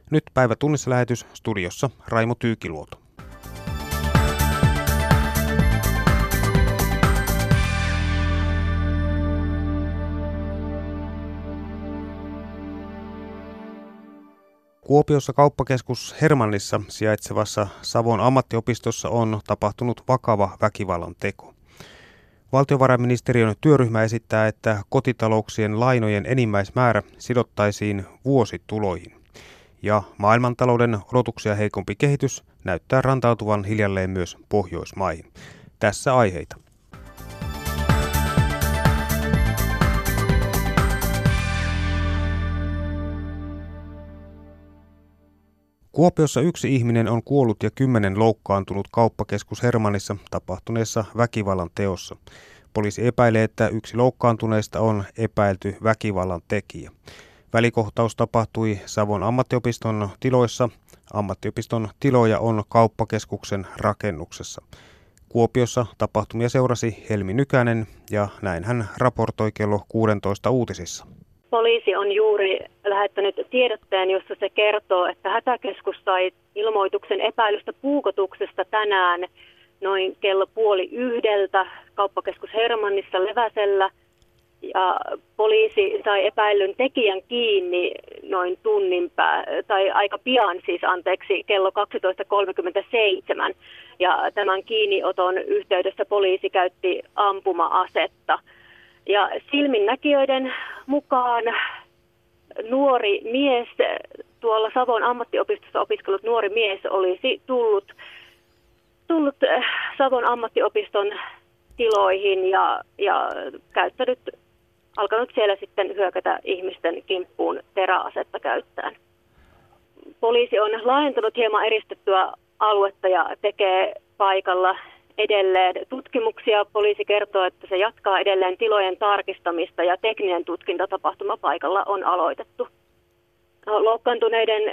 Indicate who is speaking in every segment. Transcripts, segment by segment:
Speaker 1: Nyt päivä tunnissa lähetys, studiossa Raimo Tyykiluoto. Kuopiossa kauppakeskus Hermannissa sijaitsevassa Savon ammattiopistossa on tapahtunut vakava väkivallan teko. Valtiovarainministeriön työryhmä esittää, että kotitalouksien lainojen enimmäismäärä sidottaisiin vuosituloihin. Ja maailmantalouden odotuksia heikompi kehitys näyttää rantautuvan hiljalleen myös Pohjoismaihin. Tässä aiheita. Kuopiossa 1 ihminen on kuollut ja 10 loukkaantunut kauppakeskus Hermannissa tapahtuneessa väkivallan teossa. Poliisi epäilee, että 1 loukkaantuneista on epäilty väkivallan tekijä. Välikohtaus tapahtui Savon ammattiopiston tiloissa. Ammattiopiston tiloja on kauppakeskuksen rakennuksessa. Kuopiossa tapahtumia seurasi Helmi Nykänen ja näin hän raportoi kello 16 uutisissa.
Speaker 2: Poliisi on juuri lähettänyt tiedotteen, jossa se kertoo, että hätäkeskus sai ilmoituksen epäilystä puukotuksesta tänään noin kello 12:30 kauppakeskus Hermannissa Leväsellä. Ja poliisi sai epäillyn tekijän kiinni noin aika pian kello 12:37. Ja tämän kiinnioton yhteydessä poliisi käytti ampuma-asetta. Ja silminnäkijöiden mukaan nuori mies, tuolla Savon ammattiopistossa opiskellut nuori mies olisi tullut Savon ammattiopiston tiloihin ja alkanut siellä sitten hyökätä ihmisten kimppuun teräasetta käyttäen. Poliisi on laajentanut hieman eristettyä aluetta ja tekee paikalla edelleen tutkimuksia. Poliisi kertoo, että se jatkaa edelleen tilojen tarkistamista ja tekninen tutkinta tapahtumapaikalla on aloitettu. Loukkaantuneiden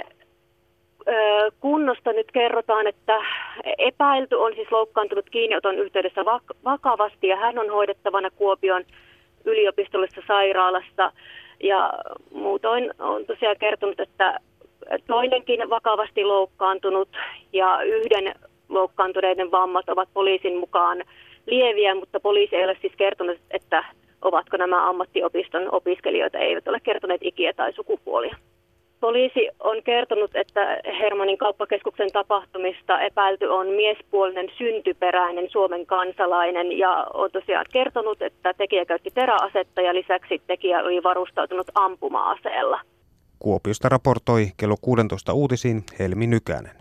Speaker 2: kunnosta nyt kerrotaan, että epäilty on siis loukkaantunut kiinnioton yhteydessä vakavasti ja hän on hoidettavana Kuopion yliopistollisessa sairaalassa. Ja muutoin on tosiaan kertonut, että toinenkin vakavasti loukkaantunut ja 1 loukkaantuneiden vammat ovat poliisin mukaan lieviä, mutta poliisi ei ole siis kertonut, että ovatko nämä ammattiopiston opiskelijoita, eivät ole kertoneet ikiä tai sukupuolia. Poliisi on kertonut, että Hermannin kauppakeskuksen tapahtumista epäilty on miespuolinen syntyperäinen Suomen kansalainen ja on tosiaan kertonut, että tekijä käytti teräasetta ja lisäksi tekijä oli varustautunut ampuma-aseella.
Speaker 1: Kuopiosta raportoi kello 16 uutisiin Helmi Nykänen.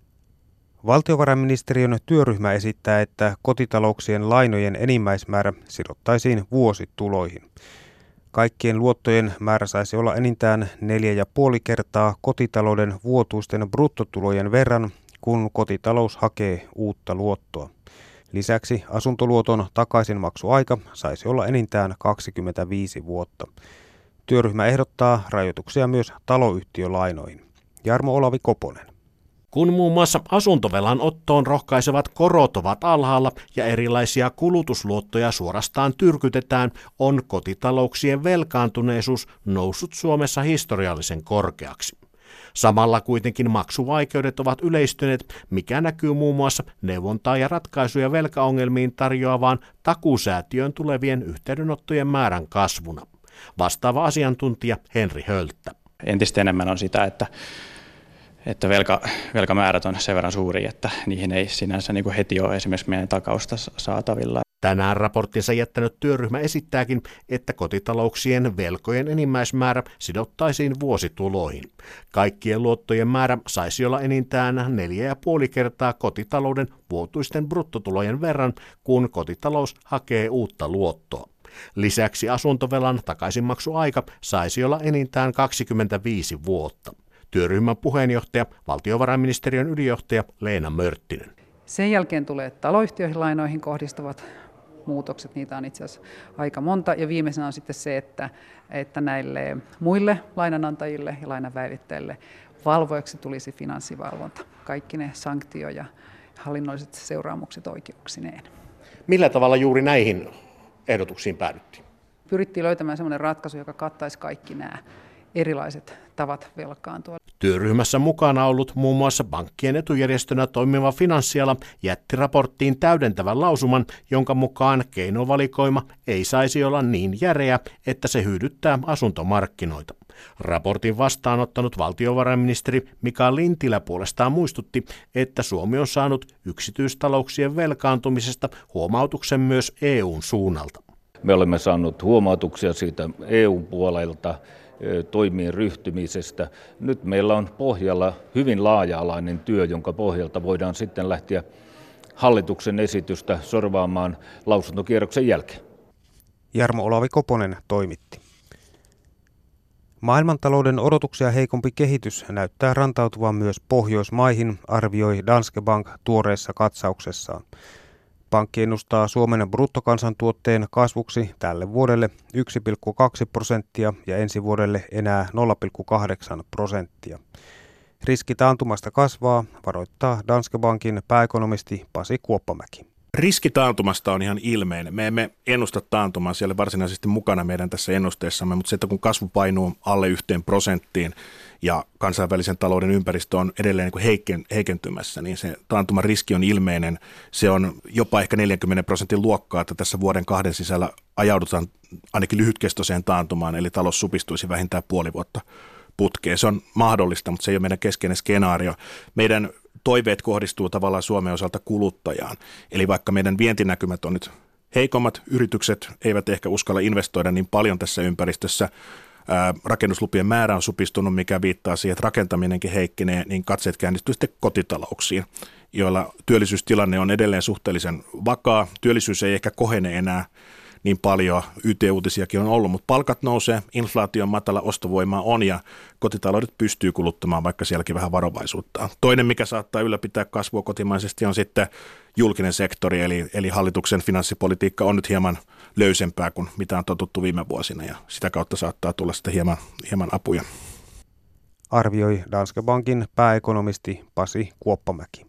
Speaker 1: Valtiovarainministeriön työryhmä esittää, että kotitalouksien lainojen enimmäismäärä sidottaisiin vuosituloihin. Kaikkien luottojen määrä saisi olla enintään 4,5 kertaa kotitalouden vuotuisten bruttotulojen verran, kun kotitalous hakee uutta luottoa. Lisäksi asuntoluoton takaisinmaksuaika saisi olla enintään 25 vuotta. Työryhmä ehdottaa rajoituksia myös taloyhtiölainoihin. Jarmo Olavi Koponen.
Speaker 3: Kun muun muassa asuntovelan ottoon rohkaisevat korot ovat alhaalla ja erilaisia kulutusluottoja suorastaan tyrkytetään, on kotitalouksien velkaantuneisuus noussut Suomessa historiallisen korkeaksi. Samalla kuitenkin maksuvaikeudet ovat yleistyneet, mikä näkyy muun muassa neuvontaa ja ratkaisuja velkaongelmiin tarjoavaan takuusäätiön tulevien yhteydenottojen määrän kasvuna. Vastaava asiantuntija Henri Hölttä.
Speaker 4: Entistä enemmän on sitä, että velkamäärät on sen verran suuria, että niihin ei sinänsä heti ole esimerkiksi meidän takausta saatavilla.
Speaker 3: Tänään raporttinsa jättänyt työryhmä esittääkin, että kotitalouksien velkojen enimmäismäärä sidottaisiin vuosituloihin. Kaikkien luottojen määrä saisi olla enintään 4,5 kertaa kotitalouden vuotuisten bruttotulojen verran, kun kotitalous hakee uutta luottoa. Lisäksi asuntovelan takaisinmaksuaika saisi olla enintään 25 vuotta. Työryhmän puheenjohtaja, valtiovarainministeriön ylijohtaja Leena Mörttinen.
Speaker 5: Sen jälkeen tulee taloyhtiöihin lainoihin kohdistuvat muutokset, niitä on itse asiassa aika monta. Ja viimeisenä on sitten se, että näille muille lainanantajille ja lainanvälittäjille valvojaksi tulisi finanssivalvonta. Kaikki ne sanktio- ja hallinnolliset seuraamukset oikeuksineen.
Speaker 3: Millä tavalla juuri näihin ehdotuksiin päädyttiin?
Speaker 5: Pyrittiin löytämään sellainen ratkaisu, joka kattaisi kaikki nämä erilaiset tavat velkaantua.
Speaker 3: Työryhmässä mukana ollut muun muassa pankkien etujärjestönä toimiva Finanssiala jätti raporttiin täydentävän lausuman, jonka mukaan keinovalikoima ei saisi olla niin järeä, että se hyödyttää asuntomarkkinoita. Raportin vastaanottanut valtiovarainministeri Mika Lintilä puolestaan muistutti, että Suomi on saanut yksityistalouksien velkaantumisesta huomautuksen myös EU:n suunnalta.
Speaker 6: Me olemme saaneet huomautuksia siitä EU-puolelta toimien ryhtymisestä. Nyt meillä on pohjalla hyvin laaja-alainen työ, jonka pohjalta voidaan sitten lähteä hallituksen esitystä sorvaamaan lausuntokierroksen jälkeen.
Speaker 1: Jarmo Olavi Koponen toimitti. Maailmantalouden odotuksia heikompi kehitys näyttää rantautuvan myös Pohjoismaihin, arvioi Danske Bank tuoreessa katsauksessaan. Pankki ennustaa Suomen bruttokansantuotteen kasvuksi tälle vuodelle 1,2% ja ensi vuodelle enää 0,8%. Riski taantumasta kasvaa, varoittaa Danske Bankin pääekonomisti Pasi Kuoppamäki.
Speaker 7: Riski taantumasta on ihan ilmeinen. Me emme ennusta taantumaa siellä varsinaisesti mukana meidän tässä ennusteessamme, mutta se, että kun kasvu painuu alle 1% ja kansainvälisen talouden ympäristö on edelleen niin heikentymässä, niin se taantuman riski on ilmeinen. Se on jopa ehkä 40% luokkaa, että tässä vuoden 2 sisällä ajaudutaan ainakin lyhytkestoiseen taantumaan, eli talous supistuisi vähintään puoli vuotta putkeen. Se on mahdollista, mutta se ei ole meidän keskeinen skenaario. Meidän toiveet kohdistuu tavallaan Suomen osalta kuluttajaan. Eli vaikka meidän vientinäkymät on nyt heikommat, yritykset eivät ehkä uskalla investoida niin paljon tässä ympäristössä, rakennuslupien määrä on supistunut, mikä viittaa siihen, että rakentaminenkin heikkenee, niin katseet käännistyy sitten kotitalouksiin, joilla työllisyystilanne on edelleen suhteellisen vakaa. Työllisyys ei ehkä kohene enää niin paljon, YT-uutisiakin on ollut, mutta palkat nousee, inflaatio on matala, ostovoimaa on ja kotitaloudet pystyy kuluttamaan, vaikka sielläkin vähän varovaisuutta. Toinen, mikä saattaa ylläpitää kasvua kotimaisesti, on sitten julkinen sektori, eli hallituksen finanssipolitiikka on nyt hieman löysempää kuin mitä on totuttu viime vuosina ja sitä kautta saattaa tulla sitten hieman apuja.
Speaker 1: Arvioi Danske Bankin pääekonomisti Pasi Kuoppamäki.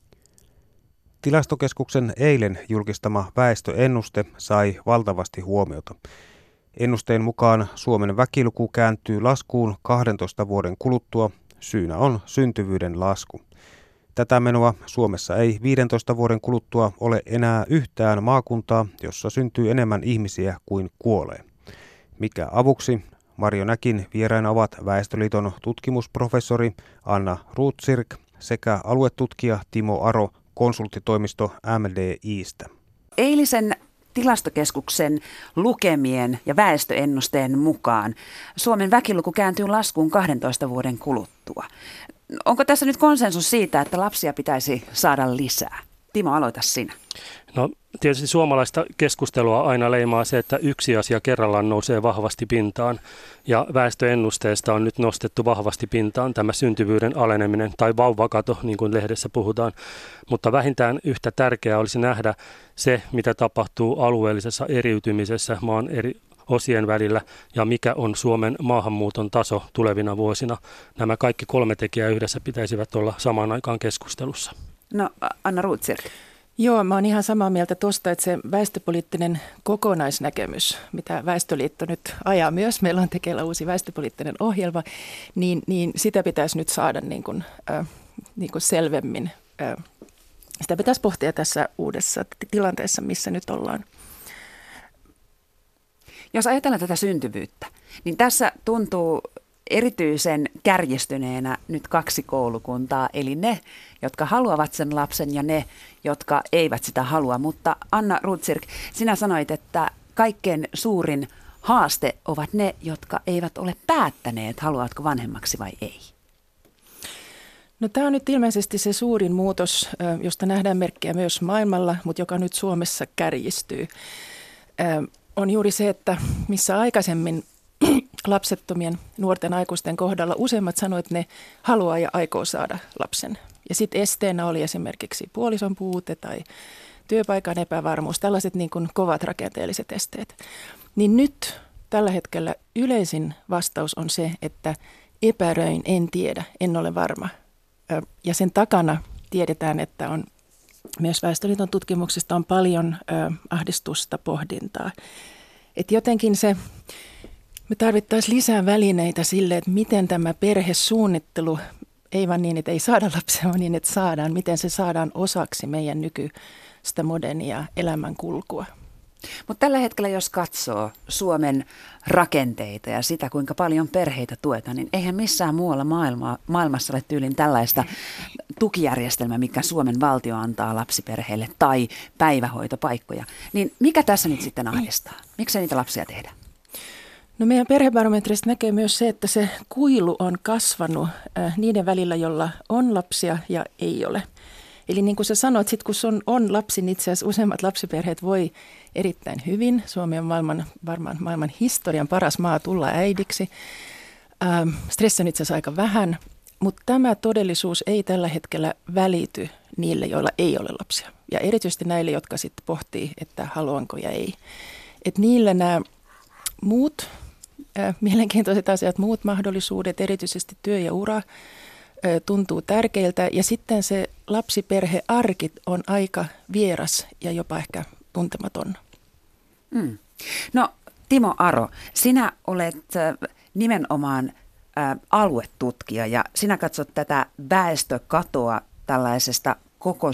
Speaker 1: Tilastokeskuksen eilen julkistama väestöennuste sai valtavasti huomiota. Ennusteen mukaan Suomen väkiluku kääntyy laskuun 12 vuoden kuluttua. Syynä on syntyvyyden lasku. Tätä menoa Suomessa ei 15 vuoden kuluttua ole enää yhtään maakuntaa, jossa syntyy enemmän ihmisiä kuin kuolee. Mikä avuksi? Marjo Näkin vieraina ovat Väestöliiton tutkimusprofessori Anna Ruutsirk sekä aluetutkija Timo Aro konsulttitoimisto MDIstä.
Speaker 8: Eilisen tilastokeskuksen lukemien ja väestöennusteen mukaan Suomen väkiluku kääntyy laskuun 12 vuoden kuluttua. Onko tässä nyt konsensus siitä, että lapsia pitäisi saada lisää? Timo, aloita sinä.
Speaker 9: No tietysti suomalaista keskustelua aina leimaa se, että yksi asia kerrallaan nousee vahvasti pintaan ja väestöennusteesta on nyt nostettu vahvasti pintaan tämä syntyvyyden aleneminen tai vauvakato, niin kuin lehdessä puhutaan, mutta vähintään yhtä tärkeää olisi nähdä se, mitä tapahtuu alueellisessa eriytymisessä maan eri osien välillä ja mikä on Suomen maahanmuuton taso tulevina vuosina. Nämä kaikki 3 tekijää yhdessä pitäisivät olla samaan aikaan keskustelussa.
Speaker 8: No Anna Ruutsirk.
Speaker 10: Joo, mä oon ihan samaa mieltä tuosta, että se väestöpoliittinen kokonaisnäkemys, mitä Väestöliitto nyt ajaa myös, meillä on tekeillä uusi väestöpoliittinen ohjelma, niin sitä pitäisi nyt saada niin kuin selvemmin. Sitä pitäisi pohtia tässä uudessa tilanteessa, missä nyt ollaan.
Speaker 8: Jos ajatellaan tätä syntyvyyttä, niin tässä tuntuu erityisen kärjistyneenä nyt 2 koulukuntaa, eli ne, jotka haluavat sen lapsen ja ne, jotka eivät sitä halua. Mutta Anna Ruutsirk, sinä sanoit, että kaikkein suurin haaste ovat ne, jotka eivät ole päättäneet, haluatko vanhemmaksi vai ei.
Speaker 10: No tämä on nyt ilmeisesti se suurin muutos, josta nähdään merkkejä myös maailmalla, mutta joka nyt Suomessa kärjistyy. On juuri se, että missä aikaisemmin lapsettomien nuorten aikuisten kohdalla useimmat sanoivat, että ne haluaa ja aikoo saada lapsen. Ja sitten esteenä oli esimerkiksi puolison puute tai työpaikan epävarmuus, tällaiset niin kuin kovat rakenteelliset esteet. Niin nyt tällä hetkellä yleisin vastaus on se, että epäröin, en tiedä, en ole varma. Ja sen takana tiedetään, että on myös Väestöliiton tutkimuksista on paljon ahdistusta, pohdintaa. Että jotenkin se, Me tarvittaisiin lisää välineitä sille, että miten tämä perhesuunnittelu, ei vaan niin, että ei saada lapsia, vaan niin, että saadaan, miten se saadaan osaksi meidän nykyistä modernia elämänkulkua.
Speaker 8: Mutta tällä hetkellä, jos katsoo Suomen rakenteita ja sitä, kuinka paljon perheitä tuetaan, niin eihän missään muualla maailmassa ole tyylin tällaista tukijärjestelmää, mikä Suomen valtio antaa lapsiperheille tai päivähoitopaikkoja. Niin mikä tässä nyt sitten ahdistaa? Miksi niitä lapsia tehdään?
Speaker 10: No meidän perhebarometrista näkee myös se, että se kuilu on kasvanut niiden välillä, jolla on lapsia ja ei ole. Eli niin kuin sä sanoit, sit kun on lapsi, niin itse asiassa useimmat lapsiperheet voi erittäin hyvin. Suomi on varmaan maailman historian paras maa tulla äidiksi. Stressi on itse asiassa aika vähän, mutta tämä todellisuus ei tällä hetkellä välity niille, joilla ei ole lapsia. Ja erityisesti näille, jotka sitten pohtii, että haluanko ja ei. Että niille nämä muut mielenkiintoiset asiat, muut mahdollisuudet, erityisesti työ ja ura, tuntuu tärkeiltä. Ja sitten se lapsiperhearki on aika vieras ja jopa ehkä tuntematon.
Speaker 8: No Timo Aro, sinä olet nimenomaan aluetutkija ja sinä katsot tätä väestökatoa tällaisesta koko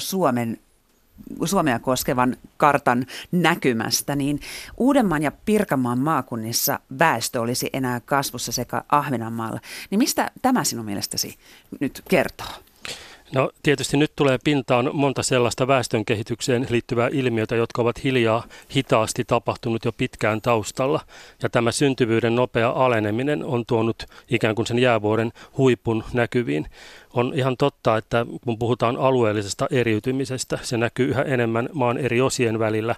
Speaker 8: Suomea koskevan kartan näkymästä, niin Uudenmaan ja Pirkanmaan maakunnissa väestö olisi enää kasvussa sekä Ahvenanmaalla. Niin mistä tämä sinun mielestäsi nyt kertoo?
Speaker 9: No tietysti nyt tulee pintaan monta sellaista väestönkehitykseen liittyvää ilmiötä, jotka ovat hitaasti tapahtunut jo pitkään taustalla. Ja tämä syntyvyyden nopea aleneminen on tuonut ikään kuin sen jäävuoren huipun näkyviin. On ihan totta, että kun puhutaan alueellisesta eriytymisestä, se näkyy yhä enemmän maan eri osien välillä,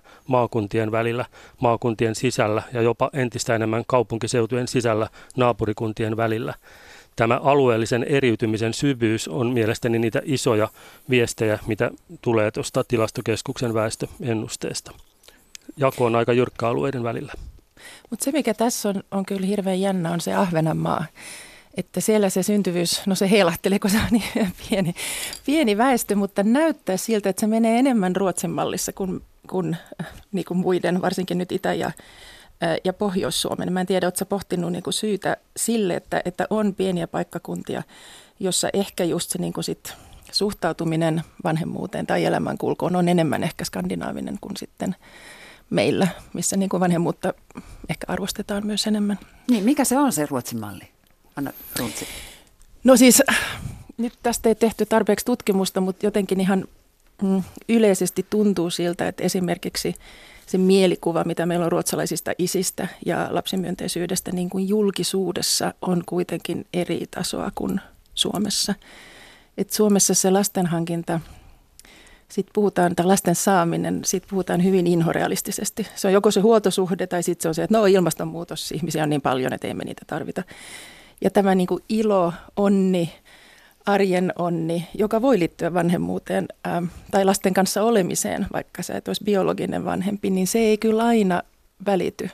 Speaker 9: maakuntien sisällä ja jopa entistä enemmän kaupunkiseutujen sisällä naapurikuntien välillä. Tämä alueellisen eriytymisen syvyys on mielestäni niitä isoja viestejä, mitä tulee tuosta Tilastokeskuksen väestöennusteesta. Jako on aika jyrkkä alueiden välillä.
Speaker 10: Mutta se, mikä tässä on kyllä hirveän jännä, on se Ahvenanmaa. Että siellä se syntyvyys, no se heilahtelee, kun se on niin pieni väestö, mutta näyttää siltä, että se menee enemmän Ruotsin mallissa kuin niin kuin muiden, varsinkin nyt Itä- ja Pohjois-Suomen. Mä en tiedä, ootko sä pohtinut niin kuin syytä sille, että on pieniä paikkakuntia, jossa ehkä just se niin kuin sit suhtautuminen vanhemmuuteen tai elämänkulkuun on enemmän ehkä skandinaavinen kuin sitten meillä, missä niin kuin vanhemmuutta ehkä arvostetaan myös enemmän.
Speaker 8: Niin, mikä se on se Ruotsin malli? Anna Runtsi.
Speaker 10: No siis, nyt tästä ei tehty tarpeeksi tutkimusta, mutta jotenkin ihan yleisesti tuntuu siltä, että esimerkiksi se mielikuva, mitä meillä on ruotsalaisista isistä ja lapsimyönteisyydestä, niin kuin julkisuudessa on kuitenkin eri tasoa kuin Suomessa. Et Suomessa se lastenhankinta, sitten puhutaan, tai lasten saaminen, sitten puhutaan hyvin inhorealistisesti. Se on joko se huoltosuhde tai sitten se on se, että no ilmastonmuutos, ihmisiä on niin paljon, että ei me niitä tarvita. Ja tämä niin kuin ilo, onni, arjen onni, joka voi liittyä vanhemmuuteen tai lasten kanssa olemiseen, vaikka sä et olisi biologinen vanhempi, niin se ei kyllä aina välity.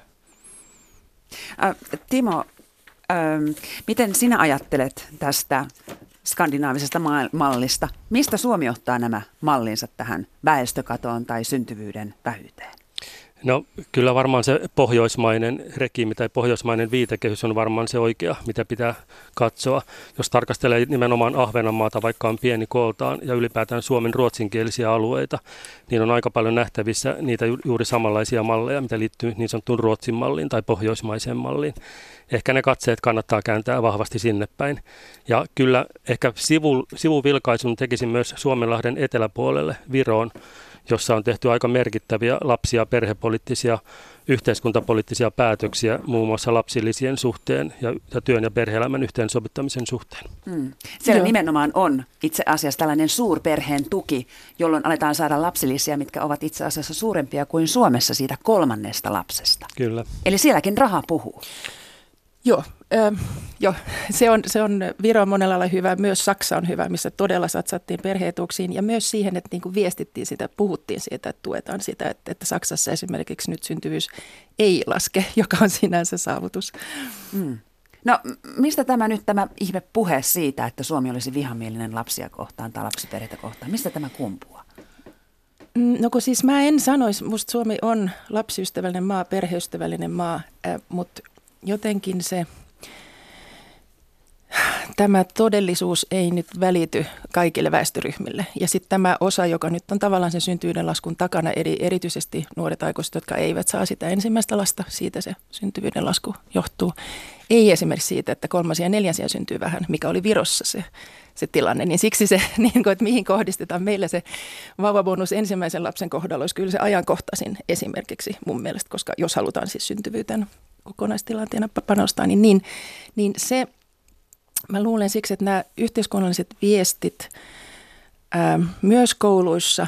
Speaker 8: Timo, miten sinä ajattelet tästä skandinaavisesta mallista? Mistä Suomi ottaa nämä mallinsa tähän väestökatoon tai syntyvyyden vähyyteen?
Speaker 9: No kyllä varmaan se pohjoismainen regiimi tai pohjoismainen viitekehys on varmaan se oikea, mitä pitää katsoa. Jos tarkastelee nimenomaan Ahvenanmaata, vaikka on pieni kooltaan ja ylipäätään Suomen ruotsinkielisiä alueita, niin on aika paljon nähtävissä niitä juuri samanlaisia malleja, mitä liittyy niin sanottuun Ruotsin malliin tai pohjoismaiseen malliin. Ehkä ne katseet kannattaa kääntää vahvasti sinne päin. Ja kyllä ehkä sivuvilkaisun tekisin myös Suomenlahden eteläpuolelle Viroon, jossa on tehty aika merkittäviä lapsi- ja perhepoliittisia, yhteiskuntapoliittisia päätöksiä muun muassa lapsilisien suhteen ja työn ja perhe-elämän yhteensovittamisen suhteen.
Speaker 8: Siellä nimenomaan on itse asiassa tällainen suurperheen tuki, jolloin aletaan saada lapsilisiä, mitkä ovat itse asiassa suurempia kuin Suomessa siitä 3. lapsesta.
Speaker 9: Kyllä.
Speaker 8: Eli sielläkin raha puhuu.
Speaker 10: Joo, se on Viro on monella lailla hyvä, myös Saksa on hyvä, missä todella satsattiin perhe-etuuksiin ja myös siihen, että niin kuin viestittiin sitä, puhuttiin siitä, että tuetaan sitä, että Saksassa esimerkiksi nyt syntyvyys ei laske, joka on sinänsä saavutus.
Speaker 8: No mistä tämä ihme puhe siitä, että Suomi olisi vihamielinen lapsia kohtaan tai lapsiperheitä kohtaan, mistä tämä kumpuaa?
Speaker 10: No kun siis mä en sanoisi, musta Suomi on lapsiystävällinen maa, perheystävällinen maa, mutta jotenkin tämä todellisuus ei nyt välity kaikille väestöryhmille. Ja sitten tämä osa, joka nyt on tavallaan sen syntyvyyden laskun takana, erityisesti nuoret aikuiset, jotka eivät saa sitä ensimmäistä lasta, siitä se syntyvyyden lasku johtuu. Ei esimerkiksi siitä, että 3. ja 4. syntyy vähän, mikä oli Virossa se tilanne. Niin siksi se, niin kuin, että mihin kohdistetaan meillä se vauvabonus ensimmäisen lapsen kohdalla, olisi kyllä se ajankohtaisin esimerkiksi mun mielestä, koska jos halutaan siis syntyvyyteen kokonaistilanteena panostaa, niin se... Mä luulen siksi, että nämä yhteiskunnalliset viestit myös kouluissa,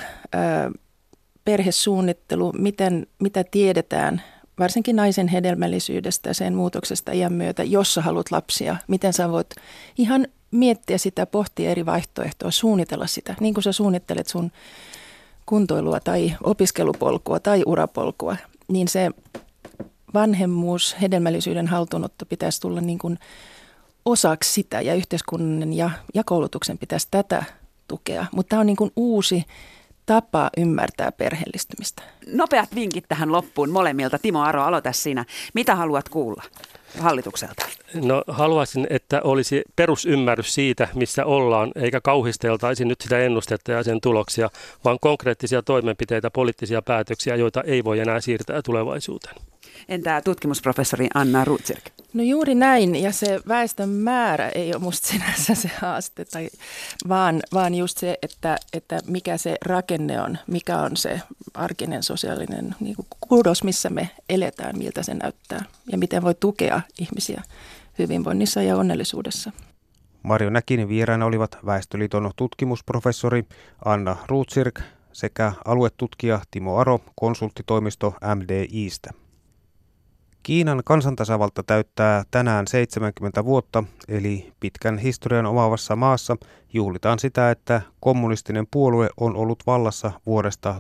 Speaker 10: perhesuunnittelu, mitä tiedetään, varsinkin naisen hedelmällisyydestä ja sen muutoksesta iän myötä, jos sä haluat lapsia, miten sä voit ihan miettiä sitä, pohtia eri vaihtoehtoja, suunnitella sitä, niin kuin sä suunnittelet sun kuntoilua tai opiskelupolkua tai urapolkua, niin se vanhemmuus, hedelmällisyyden haltuunotto pitäisi tulla niin kuin osaksi sitä ja yhteiskunnan ja koulutuksen pitäisi tätä tukea. Mutta tämä on niin kuin uusi tapa ymmärtää perheellistymistä.
Speaker 8: Nopeat vinkit tähän loppuun molemmilta. Timo Aro, aloita sinä. Mitä haluat kuulla hallitukselta?
Speaker 9: No haluaisin, että olisi perusymmärrys siitä, missä ollaan, eikä kauhisteltaisi nyt sitä ennustetta ja sen tuloksia, vaan konkreettisia toimenpiteitä, poliittisia päätöksiä, joita ei voi enää siirtää tulevaisuuteen.
Speaker 8: Entä tutkimusprofessori Anna Ruutsirk?
Speaker 10: No juuri näin, ja se väestön määrä ei ole musta sinänsä se haaste, vaan just se, että mikä se rakenne on, mikä on se arkinen sosiaalinen niin kuin kudos, missä me eletään, miltä se näyttää, ja miten voi tukea ihmisiä hyvinvoinnissa ja onnellisuudessa.
Speaker 1: Marjo Näkinen vieraina olivat Väestöliiton tutkimusprofessori Anna Ruutsirk sekä aluetutkija Timo Aro konsulttitoimisto MDIstä. Kiinan kansantasavalta täyttää tänään 70 vuotta, eli pitkän historian omaavassa maassa juhlitaan sitä, että kommunistinen puolue on ollut vallassa vuodesta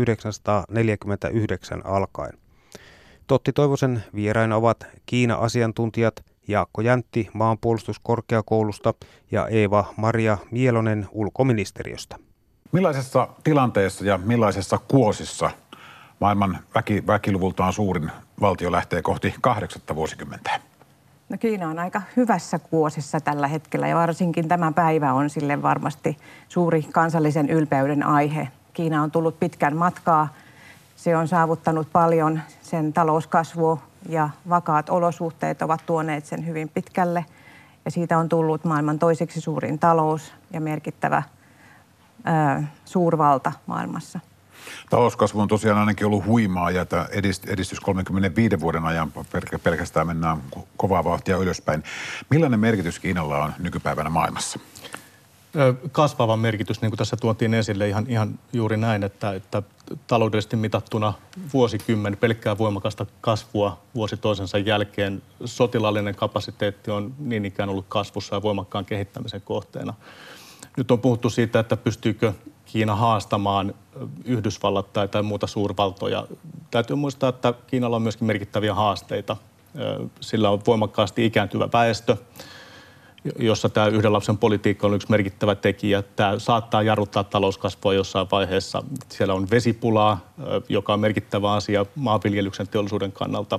Speaker 1: 1949 alkaen. Totti Toivosen vieraina ovat Kiina-asiantuntijat Jaakko Jäntti maanpuolustuskorkeakoulusta ja Eeva-Maria Mielonen ulkoministeriöstä.
Speaker 11: Millaisessa tilanteessa ja millaisessa kuosissa maailman väkiluvultaan suurin valtio lähtee kohti 8. vuosikymmentä?
Speaker 12: No Kiina on aika hyvässä kuosissa tällä hetkellä ja varsinkin tämä päivä on sille varmasti suuri kansallisen ylpeyden aihe. Kiina on tullut pitkän matkaa. Se on saavuttanut paljon, sen talouskasvu ja vakaat olosuhteet ovat tuoneet sen hyvin pitkälle. Ja siitä on tullut maailman toiseksi suurin talous ja merkittävä suurvalta maailmassa.
Speaker 11: Talouskasvu on tosiaan ainakin ollut huimaa ja edistys 35 vuoden ajan pelkästään mennään kovaa vauhtia ylöspäin. Millainen merkitys Kiinalla on nykypäivänä maailmassa?
Speaker 13: Kasvava merkitys, niin kuin tässä tuotiin esille ihan juuri näin, että taloudellisesti mitattuna vuosikymmen pelkkää voimakasta kasvua vuosi toisensa jälkeen. Sotilaallinen kapasiteetti on niin ikään ollut kasvussa ja voimakkaan kehittämisen kohteena. Nyt on puhuttu siitä, että pystyykö Kiina haastamaan Yhdysvallat tai muuta suurvaltoja. Täytyy muistaa, että Kiinalla on myöskin merkittäviä haasteita. Sillä on voimakkaasti ikääntyvä väestö, jossa tämä yhden lapsen politiikka on yksi merkittävä tekijä. Tämä saattaa jarruttaa talouskasvua jossain vaiheessa. Siellä on vesipulaa, joka on merkittävä asia maanviljelyksen teollisuuden kannalta.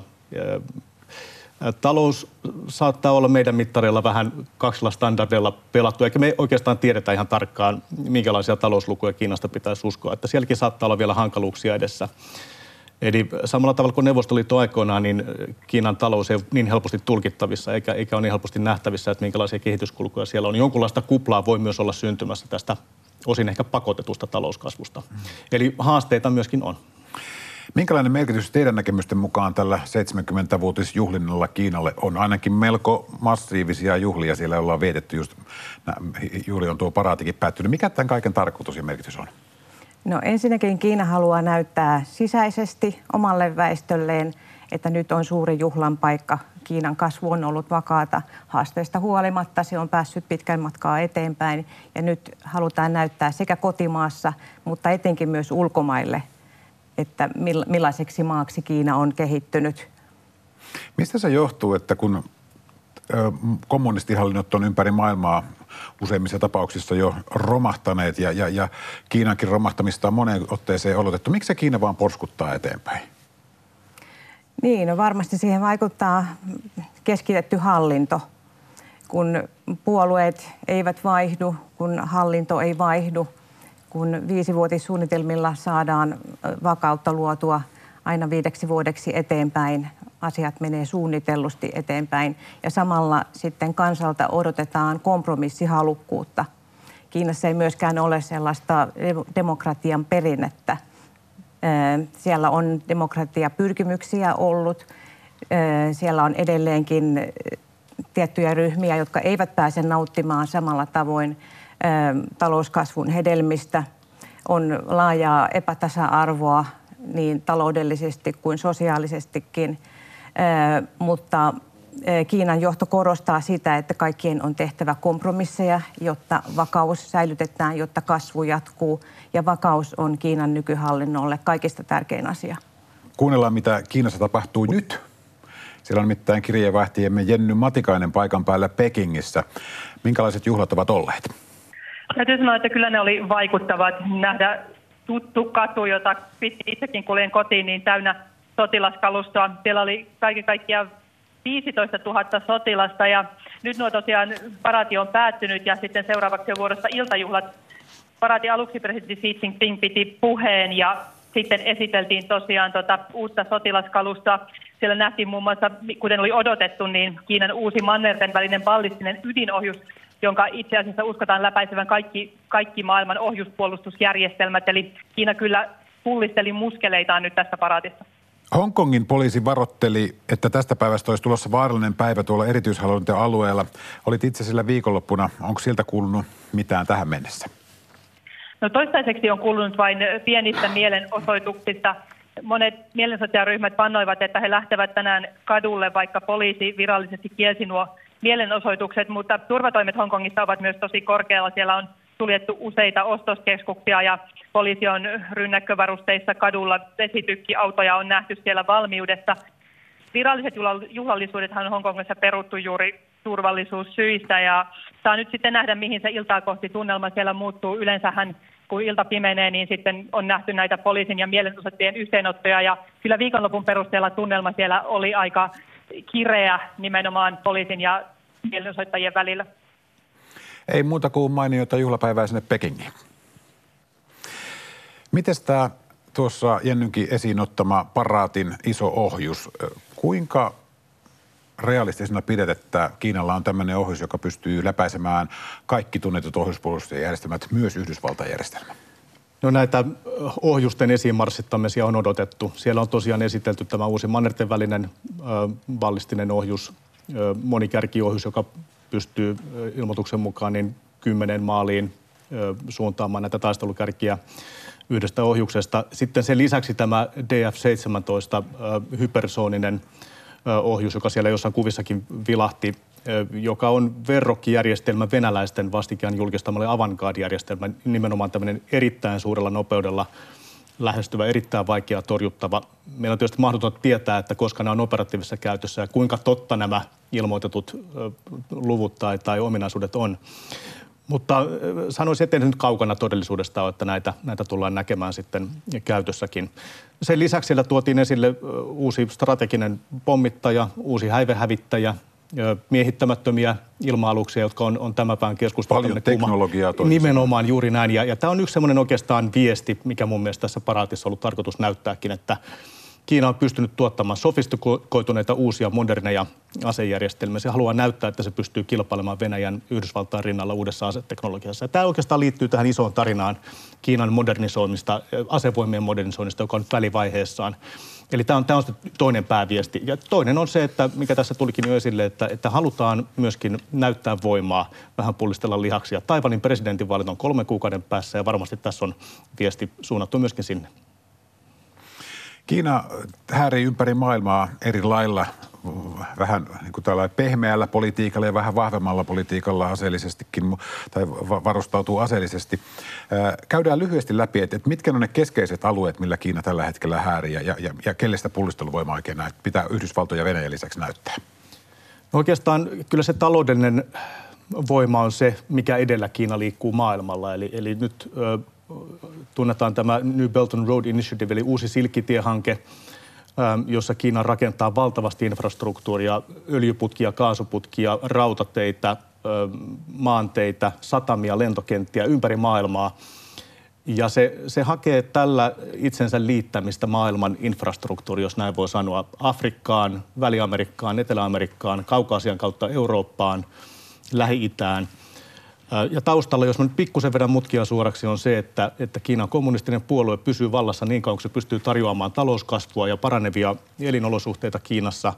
Speaker 13: Talous saattaa olla meidän mittareilla vähän kaksilla standardeilla pelattu, eikä me oikeastaan tiedetä ihan tarkkaan, minkälaisia talouslukuja Kiinasta pitäisi uskoa. Että sielläkin saattaa olla vielä hankaluuksia edessä. Eli samalla tavalla kuin Neuvostoliitto aikoinaan, niin Kiinan talous ei ole niin helposti tulkittavissa, eikä ole niin helposti nähtävissä, että minkälaisia kehityskulkuja siellä on. Jonkunlaista kuplaa voi myös olla syntymässä tästä osin ehkä pakotetusta talouskasvusta. Eli haasteita myöskin on.
Speaker 11: Minkälainen merkitys teidän näkemysten mukaan tällä 70-vuotisjuhlinnalla Kiinalle on? Ainakin melko massiivisia juhlia siellä ollaan vietetty, just juuri on tuo paraatikin päättynyt. Mikä tämän kaiken tarkoitus ja merkitys on?
Speaker 12: No ensinnäkin Kiina haluaa näyttää sisäisesti omalle väestölleen, että nyt on suuri juhlan paikka. Kiinan kasvu on ollut vakaata haasteista huolimatta. Se on päässyt pitkän matkaa eteenpäin ja nyt halutaan näyttää sekä kotimaassa, mutta etenkin myös ulkomaille, että millaiseksi maaksi Kiina on kehittynyt.
Speaker 11: Mistä se johtuu, että kun kommunistihallinnot on ympäri maailmaa useimmissa tapauksissa jo romahtaneet ja Kiinankin romahtamista on moneen otteeseen oletettu, miksi se Kiina vaan porskuttaa eteenpäin?
Speaker 12: Niin, no varmasti siihen vaikuttaa keskitetty hallinto. Kun puolueet eivät vaihdu, kun hallinto ei vaihdu, kun 5-vuotissuunnitelmilla saadaan vakautta luotua aina 5 vuodeksi eteenpäin, asiat menee suunnitellusti eteenpäin ja samalla sitten kansalta odotetaan kompromissihalukkuutta. Kiinassa ei myöskään ole sellaista demokratian perinnettä. Siellä on demokratiapyrkimyksiä ollut. Siellä on edelleenkin tiettyjä ryhmiä, jotka eivät pääse nauttimaan samalla tavoin talouskasvun hedelmistä. On laajaa epätasa-arvoa niin taloudellisesti kuin sosiaalisestikin, mutta Kiinan johto korostaa sitä, että kaikkien on tehtävä kompromisseja, jotta vakaus säilytetään, jotta kasvu jatkuu ja vakaus on Kiinan nykyhallinnolle kaikista tärkein asia.
Speaker 11: Kuunnellaan, mitä Kiinassa tapahtuu nyt. Siellä on nimittäin kirjeenvaihtajamme Jenny Matikainen paikan päällä Pekingissä. Minkälaiset juhlat ovat olleet?
Speaker 14: Täytyy sanoa, että kyllä ne oli vaikuttavat. Nähdä tuttu katu, jota itsekin kuljen kotiin, niin täynnä sotilaskalustoa. Siellä oli kaiken kaikkiaan 15 000 sotilasta ja nyt nuo tosiaan paraati on päättynyt ja sitten seuraavaksi on vuorossa iltajuhlat. Paraatin aluksi presidentti Xi Jinping piti puheen ja sitten esiteltiin tosiaan uutta sotilaskalustoa. Siellä nähtiin muun muassa, kuten oli odotettu, niin Kiinan uusi mannerten välinen ballistinen ydinohjus, jonka itse asiassa uskotaan läpäisevän kaikki maailman ohjuspuolustusjärjestelmät. Eli Kiina kyllä pullisteli muskeleitaan nyt tässä paraatissa.
Speaker 11: Hongkongin poliisi varoitteli, että tästä päivästä olisi tulossa vaarallinen päivä tuolla erityishallintoalueella. Olit itse sillä viikonloppuna. Onko siltä kuulunut mitään tähän mennessä?
Speaker 14: No toistaiseksi on kuulunut vain pienistä mielenosoituksista. Monet mielenosoittajaryhmät vannoivat, että he lähtevät tänään kadulle, vaikka poliisi virallisesti kielsi nuo mielenosoitukset, mutta turvatoimet Hongkongissa ovat myös tosi korkealla. Siellä on suljettu useita ostoskeskuksia ja poliisi on rynnäkkövarusteissa kadulla. Vesitykkiautoja on nähty siellä valmiudessa. Viralliset juhlallisuudethan on Hongkongissa peruttu juuri turvallisuussyistä ja saa nyt sitten nähdä, mihin se iltaa kohti tunnelma siellä muuttuu. Yleensähän kun ilta pimenee, niin sitten on nähty näitä poliisin ja mielenosoittajien yhteenottoja ja kyllä viikonlopun perusteella tunnelma siellä oli aika kireä nimenomaan poliisin ja mielenosoittajien välillä.
Speaker 11: Ei muuta kuin mainiota juhlapäivää sinne Pekingiin. Mites tämä tuossa Jennynkin esiin ottama paraatin iso ohjus, kuinka realistisena pidät, että Kiinalla on tämmöinen ohjus, joka pystyy läpäisemään kaikki tunnetut ohjuspuolustusjärjestelmät, myös Yhdysvaltain järjestelmä?
Speaker 13: No näitä ohjusten esiinmarssittamisia on odotettu. Siellä on tosiaan esitelty tämä uusi mannerten välinen ballistinen ohjus, monikärkiohjus, joka pystyy ilmoituksen mukaan niin 10 maaliin suuntaamaan näitä taistelukärkiä yhdestä ohjuksesta. Sitten sen lisäksi tämä DF-17 hypersooninen ohjus, joka siellä jossain kuvissakin vilahti, joka on verrokkijärjestelmä venäläisten vastikään julkistamalle Avantgarde-järjestelmä, nimenomaan tämmöinen erittäin suurella nopeudella lähestyvä, erittäin vaikea torjuttava. Meillä on tietysti mahdotonta tietää, että koska nämä on operatiivisessa käytössä ja kuinka totta nämä ilmoitetut luvut tai ominaisuudet on. Mutta sanoisin, että nyt kaukana todellisuudesta on, että näitä tullaan näkemään sitten käytössäkin. Sen lisäksi siellä tuotiin esille uusi strateginen pommittaja, uusi häivehävittäjä, miehittämättömiä ilma-aluksia, jotka on tämän päivän keskustelun.
Speaker 11: Paljon teknologiaa toisaalta.
Speaker 13: Nimenomaan juuri näin. Ja tämä on yksi semmoinen oikeastaan viesti, mikä mun mielestä tässä paraatissa on ollut tarkoitus näyttääkin, että Kiina on pystynyt tuottamaan sofistikoituneita uusia moderneja asejärjestelmiä. Se haluaa näyttää, että se pystyy kilpailemaan Venäjän Yhdysvaltain rinnalla uudessa aseteknologiassa. Ja tämä oikeastaan liittyy tähän isoon tarinaan Kiinan modernisoimista, asevoimien modernisoinnista, joka on nyt välivaiheessaan. Eli tämä on toinen pääviesti. Ja toinen on se, että mikä tässä tulikin jo esille, että halutaan myöskin näyttää voimaa, vähän pullistella lihaksia. Taiwanin presidentinvaalit on 3 kuukauden päässä ja varmasti tässä on viesti suunnattu myöskin sinne.
Speaker 11: Kiina häärii ympäri maailmaa eri lailla, vähän niin kuin tällainen pehmeällä politiikalla ja vähän vahvemmalla politiikalla aseellisestikin, tai varustautuu aseellisesti. Käydään lyhyesti läpi, että mitkä on ne keskeiset alueet, millä Kiina tällä hetkellä häärii ja kelle sitä pullisteluvoimaa oikein pitää Yhdysvaltoja ja Venäjän lisäksi näyttää? No
Speaker 13: oikeastaan kyllä se taloudellinen voima on se, mikä edellä Kiina liikkuu maailmalla, eli nyt tunnetaan tämä New Belt and Road Initiative, eli uusi silkkitiehanke, jossa Kiina rakentaa valtavasti infrastruktuuria, öljyputkia, kaasuputkia, rautateitä, maanteitä, satamia, lentokenttiä ympäri maailmaa. Ja se hakee tällä itsensä liittämistä maailman infrastruktuuri, jos näin voi sanoa, Afrikkaan, Väli-Amerikkaan, Etelä-Amerikkaan, Kaukaasian kautta Eurooppaan, Lähi-Itään. Ja taustalla, jos mä nyt pikkusen vedän mutkia suoraksi, on se, että Kiinan kommunistinen puolue pysyy vallassa niin kauan, kun se pystyy tarjoamaan talouskasvua ja paranevia elinolosuhteita Kiinassa.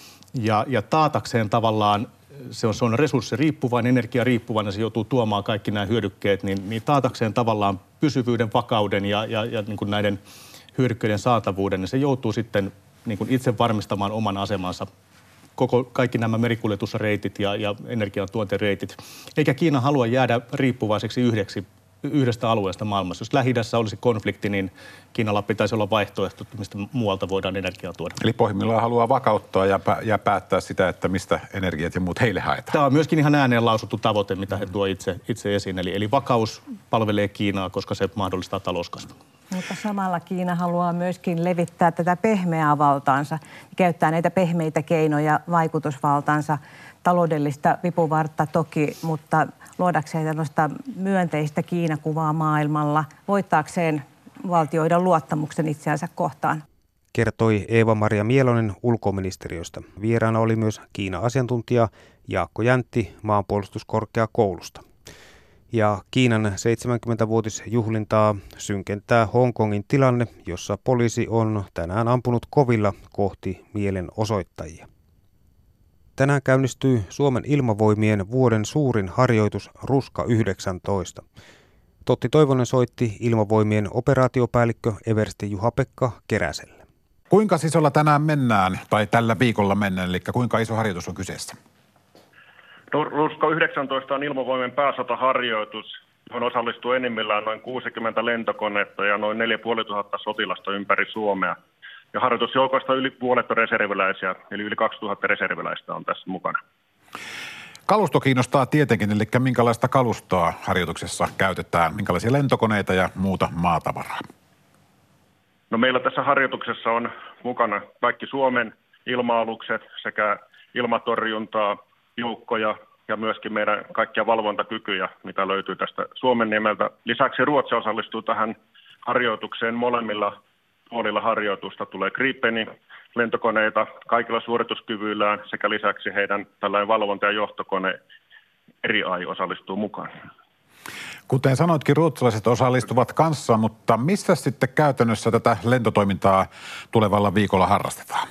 Speaker 13: Ja taatakseen tavallaan, se on resurssiriippuvainen, energiariippuvainen, se joutuu tuomaan kaikki nämä hyödykkeet, niin taatakseen tavallaan pysyvyyden, vakauden ja niin kuin näiden hyödykkeiden saatavuuden, niin se joutuu sitten niin kuin itse varmistamaan oman asemansa. Kaikki nämä merikuljetusreitit ja energiantuontireitit. Eikä Kiina halua jäädä riippuvaiseksi yhdestä alueesta maailmassa. Jos Lähi-idässä olisi konflikti, niin Kiinalla pitäisi olla vaihtoehto, mistä muualta voidaan energiaa tuoda.
Speaker 11: Eli pohjimmillaan haluaa vakauttaa ja päättää sitä, että mistä energiat ja muut heille haetaan.
Speaker 13: Tämä on myöskin ihan ääneen lausuttu tavoite, mitä he tuo itse esiin. Eli vakaus palvelee Kiinaa, koska se mahdollistaa talouskasvun.
Speaker 12: Mutta samalla Kiina haluaa myöskin levittää tätä pehmeää valtaansa, käyttää näitä pehmeitä keinoja vaikutusvaltaansa, taloudellista vipuvartta toki, mutta luodakseen tällaista myönteistä Kiina-kuvaa maailmalla, voittaakseen valtioiden luottamuksen itseänsä kohtaan.
Speaker 1: Kertoi Eeva-Maria Mielonen ulkoministeriöstä. Vieraana oli myös Kiina-asiantuntija Jaakko Jäntti maanpuolustuskorkeakoulusta. Ja Kiinan 70-vuotisjuhlintaa synkentää Hongkongin tilanne, jossa poliisi on tänään ampunut kovilla kohti mielenosoittajia. Tänään käynnistyy Suomen ilmavoimien vuoden suurin harjoitus Ruska 19. Totti Toivonen soitti ilmavoimien operaatiopäällikkö eversti Juha-Pekka Keräselle.
Speaker 11: Kuinka isolla tänään mennään, tai tällä viikolla mennään, eli kuinka iso harjoitus on kyseessä?
Speaker 15: Ruska 19 on ilmavoimien pääsotaharjoitus, johon osallistuu enimmillään noin 60 lentokonetta ja noin 4500 sotilasta ympäri Suomea. Ja harjoitusjoukoista yli puolet on reserviläisiä, eli yli 2000 reserviläistä on tässä mukana.
Speaker 11: Kalusto kiinnostaa tietenkin, eli minkälaista kalustoa harjoituksessa käytetään, minkälaisia lentokoneita ja muuta maatavaraa?
Speaker 15: No meillä tässä harjoituksessa on mukana kaikki Suomen ilma-alukset sekä ilmatorjuntaa, joukkoja ja myöskin meidän kaikkia valvontakykyjä, mitä löytyy tästä Suomenniemeltä. Lisäksi Ruotsi osallistuu tähän harjoitukseen molemmilla puolilla harjoitusta. Tulee Gripeni lentokoneita kaikilla suorituskyvyillään sekä lisäksi heidän tällainen valvonta- ja johtokone Eri-AI osallistuu mukaan.
Speaker 11: Kuten sanoitkin, ruotsalaiset osallistuvat kanssa, mutta missä sitten käytännössä tätä lentotoimintaa tulevalla viikolla harrastetaan?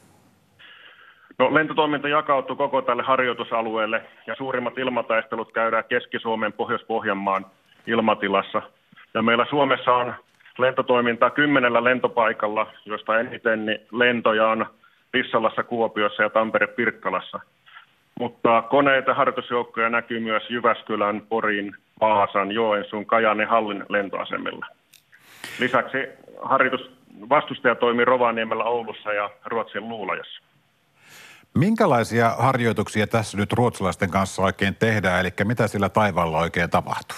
Speaker 15: No, lentotoiminta jakautuu koko tälle harjoitusalueelle ja suurimmat ilmataistelut käydään Keski-Suomen, Pohjois-Pohjanmaan ilmatilassa. Ja meillä Suomessa on lentotoimintaa 10 lentopaikalla, joista eniten lentoja on Rissalassa, Kuopiossa ja Tampere-Pirkkalassa. Mutta koneita ja harjoitusjoukkoja näkyy myös Jyväskylän, Porin, Vaasan, Joensuun, Kajaanin, Hallin lentoasemilla. Lisäksi vastustaja toimii Rovaniemellä, Oulussa ja Ruotsin Luulajassa.
Speaker 11: Minkälaisia harjoituksia tässä nyt ruotsalaisten kanssa oikein tehdään, eli mitä sillä taivaalla oikein tapahtuu?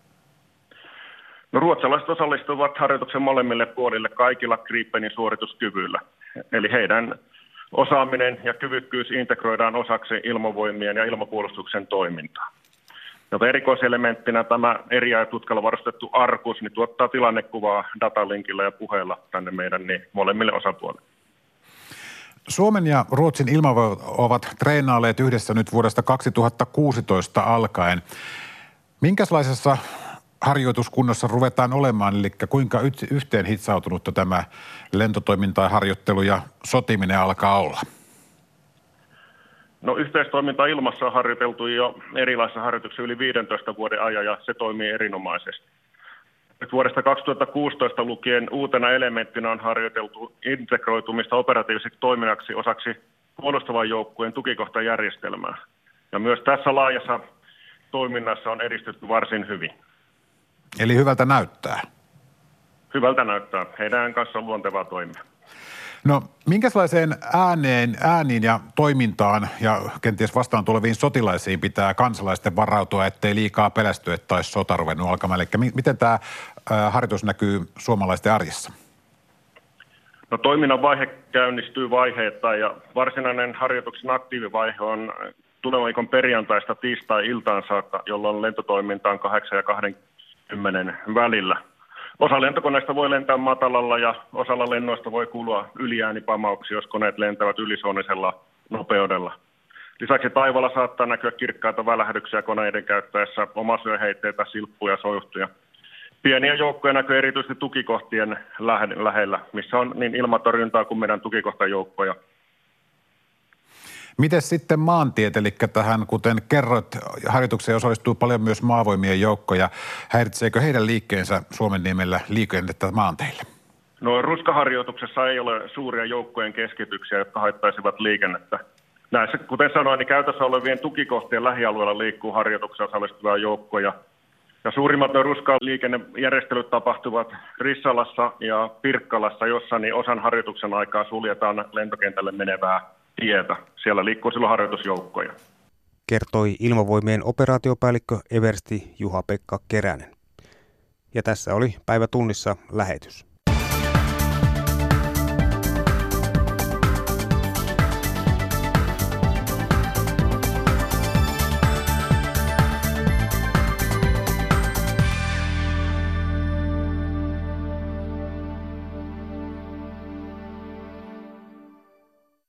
Speaker 15: No, ruotsalaiset osallistuvat harjoituksen molemmille puolille kaikilla Gripenin suorituskyvyillä. Eli heidän osaaminen ja kyvykkyys integroidaan osaksi ilmavoimien ja ilmapuolustuksen toimintaa. Jota erikoiselementtinä tämä Eri-AI-tutkalla varustettu Arkus niin tuottaa tilannekuvaa datalinkillä ja puheella tänne meidän molemmille osapuolille.
Speaker 11: Suomen ja Ruotsin ilmavoimat ovat treenailleet yhdessä nyt vuodesta 2016 alkaen. Minkälaisessa harjoituskunnossa ruvetaan olemaan, eli kuinka yhteen hitsautunutta tämä lentotoiminta, harjoittelu ja sotiminen alkaa olla?
Speaker 15: No, yhteistoiminta ilmassa on harjoiteltu jo erilaisissa harjoituksissa yli 15 vuoden ajan ja se toimii erinomaisesti. Nyt vuodesta 2016 lukien uutena elementtinä on harjoiteltu integroitumista operatiiviseksi toiminnaksi osaksi puolustavan joukkueen tukikohtajärjestelmää. Ja myös tässä laajassa toiminnassa on edistytty varsin hyvin.
Speaker 11: Eli hyvältä näyttää?
Speaker 15: Hyvältä näyttää. Heidän kanssa on luontevaa toimia.
Speaker 11: No, minkälaiseen ääniin ja toimintaan ja kenties vastaan tuleviin sotilaisiin pitää kansalaisten varautua, ettei liikaa pelästyä tai sota ruvennut alkamaan? Eli miten tämä harjoitus näkyy suomalaisten arjessa?
Speaker 15: No, toiminnan vaihe käynnistyy vaiheittain ja varsinainen harjoituksen aktiivivaihe on tulevan viikon perjantaista tiistai-iltaan saakka, jolloin lentotoiminta on 8 ja 20 välillä. Osa lentokoneista voi lentää matalalla ja osalla lennoista voi kuulua yliäänipamauksia, jos koneet lentävät ylisoonisella nopeudella. Lisäksi taivaalla saattaa näkyä kirkkaita välähdyksiä koneiden käyttäessä omasyöheitteitä, silppuja ja soihtuja. Pieniä joukkoja näkyy erityisesti tukikohtien lähellä, missä on niin ilmatorjuntaa kuin meidän tukikohtajoukkoja.
Speaker 11: Miten sitten maantiet, eli tähän, kuten kerroit, harjoitukseen osallistuu paljon myös maavoimien joukkoja. Häiritseekö heidän liikkeensä Suomenniemellä liikennettä maanteille?
Speaker 15: No, ruskaharjoituksessa ei ole suuria joukkojen keskityksiä, jotka haittaisivat liikennettä. Näissä, kuten sanoin, niin käytössä olevien tukikohtien lähialueella liikkuu harjoitukseen osallistuvia joukkoja. Ja suurimmat ruskaliikennejärjestelyt tapahtuvat Rissalassa ja Pirkkalassa, jossa niin osan harjoituksen aikaa suljetaan lentokentälle menevää tietä. Siellä liikkuu silloin harjoitusjoukkoja.
Speaker 1: Kertoi Ilmavoimien operaatiopäällikkö eversti Juha-Pekka Keränen. Ja tässä oli Päivä tunnissa lähetys.